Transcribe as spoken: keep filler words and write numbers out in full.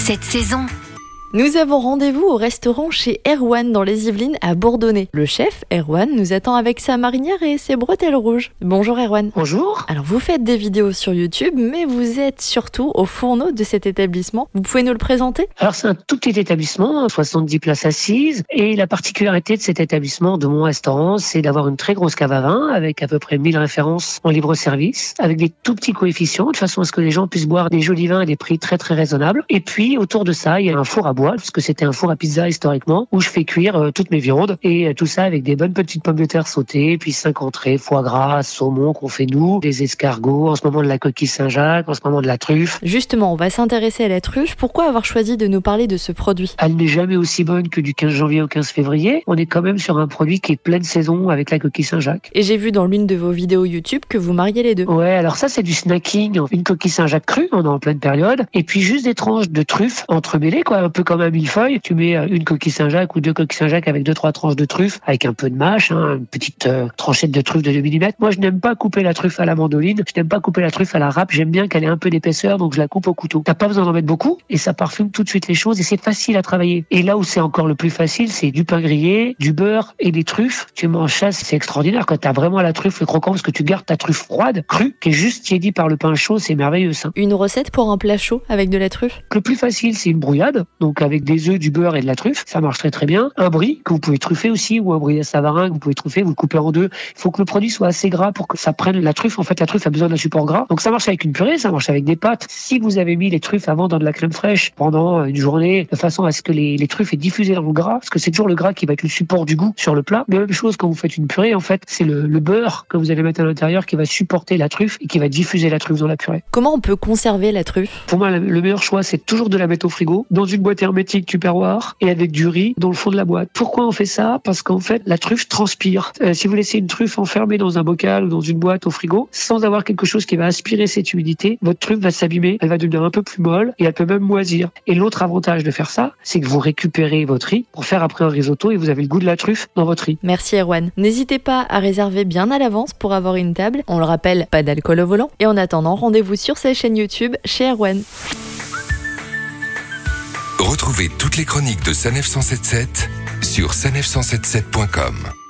cette saison. Nous avons rendez-vous au restaurant chez Erwan dans les Yvelines à Bourdonnais. Le chef, Erwan, nous attend avec sa marinière et ses bretelles rouges. Bonjour Erwan. Bonjour. Alors vous faites des vidéos sur YouTube, mais vous êtes surtout au fourneau de cet établissement. Vous pouvez nous le présenter ? Alors c'est un tout petit établissement, soixante-dix places assises. Et la particularité de cet établissement, de mon restaurant, c'est d'avoir une très grosse cave à vin avec à peu près mille références en libre service, avec des tout petits coefficients, de façon à ce que les gens puissent boire des jolis vins à des prix très très raisonnables. Et puis autour de ça, il y a un four à bois, parce que c'était un four à pizza historiquement, où je fais cuire euh, toutes mes viandes, et euh, tout ça avec des bonnes petites pommes de terre sautées, puis cinq entrées, foie gras, saumon qu'on fait nous, des escargots, en ce moment de la coquille Saint-Jacques, en ce moment de la truffe. Justement, on va s'intéresser à la truffe. Pourquoi avoir choisi de nous parler de ce produit ? Elle n'est jamais aussi bonne que du quinze janvier au quinze février. On est quand même sur un produit qui est pleine saison avec la coquille Saint-Jacques. Et j'ai vu dans l'une de vos vidéos YouTube que vous mariez les deux. Ouais, alors ça c'est du snacking, une coquille Saint-Jacques crue, on est en pleine période, et puis juste des tranches de truffe entremêlées, quoi, un peu comme un millefeuille. Tu mets une coquille Saint-Jacques ou deux coquilles Saint-Jacques avec deux trois tranches de truffe, avec un peu de mâche, hein, une petite euh, tranchette de truffe de deux millimètres. Moi je n'aime pas couper la truffe à la mandoline, je n'aime pas couper la truffe à la râpe, j'aime bien qu'elle ait un peu d'épaisseur, donc je la coupe au couteau. T'as pas besoin d'en mettre beaucoup, et ça parfume tout de suite les choses, et c'est facile à travailler. Et là où c'est encore le plus facile, c'est du pain grillé, du beurre et des truffes. Tu manges ça, c'est extraordinaire quand t'as vraiment la truffe, le croquant, parce que tu gardes ta truffe froide, crue, qui est juste tiédie par le pain chaud, c'est merveilleux ça. Une recette pour un plat chaud avec de la truffe ? Le plus facile, c'est une brouillade, donc avec des œufs, du beurre et de la truffe, ça marche très très bien. Un brie que vous pouvez truffer aussi, ou un brie à Savarin que vous pouvez truffer, vous le coupez en deux. Il faut que le produit soit assez gras pour que ça prenne la truffe. En fait, la truffe a besoin d'un support gras. Donc ça marche avec une purée, ça marche avec des pâtes. Si vous avez mis les truffes avant dans de la crème fraîche pendant une journée, de façon à ce que les, les truffes aient diffusé dans le gras, parce que c'est toujours le gras qui va être le support du goût sur le plat. Mais même chose quand vous faites une purée, en fait, c'est le, le beurre que vous allez mettre à l'intérieur qui va supporter la truffe et qui va diffuser la truffe dans la purée. Comment on peut conserver la truffe ? Pour moi, le meilleur choix, c'est toujours de la mettre au frigo, dans une boîte hermétique Tupperware et avec du riz dans le fond de la boîte. Pourquoi on fait ça ? Parce qu'en fait, la truffe transpire. Euh, si vous laissez une truffe enfermée dans un bocal ou dans une boîte au frigo, sans avoir quelque chose qui va aspirer cette humidité, votre truffe va s'abîmer, elle va devenir un peu plus molle et elle peut même moisir. Et l'autre avantage de faire ça, c'est que vous récupérez votre riz pour faire après un risotto et vous avez le goût de la truffe dans votre riz. Merci Erwan. N'hésitez pas à réserver bien à l'avance pour avoir une table. On le rappelle, pas d'alcool au volant. Et en attendant, rendez-vous sur sa chaîne YouTube chez Erwan. Retrouvez toutes les chroniques de Sanef cent soixante-dix-sept sur sanef cent soixante-dix-sept point com.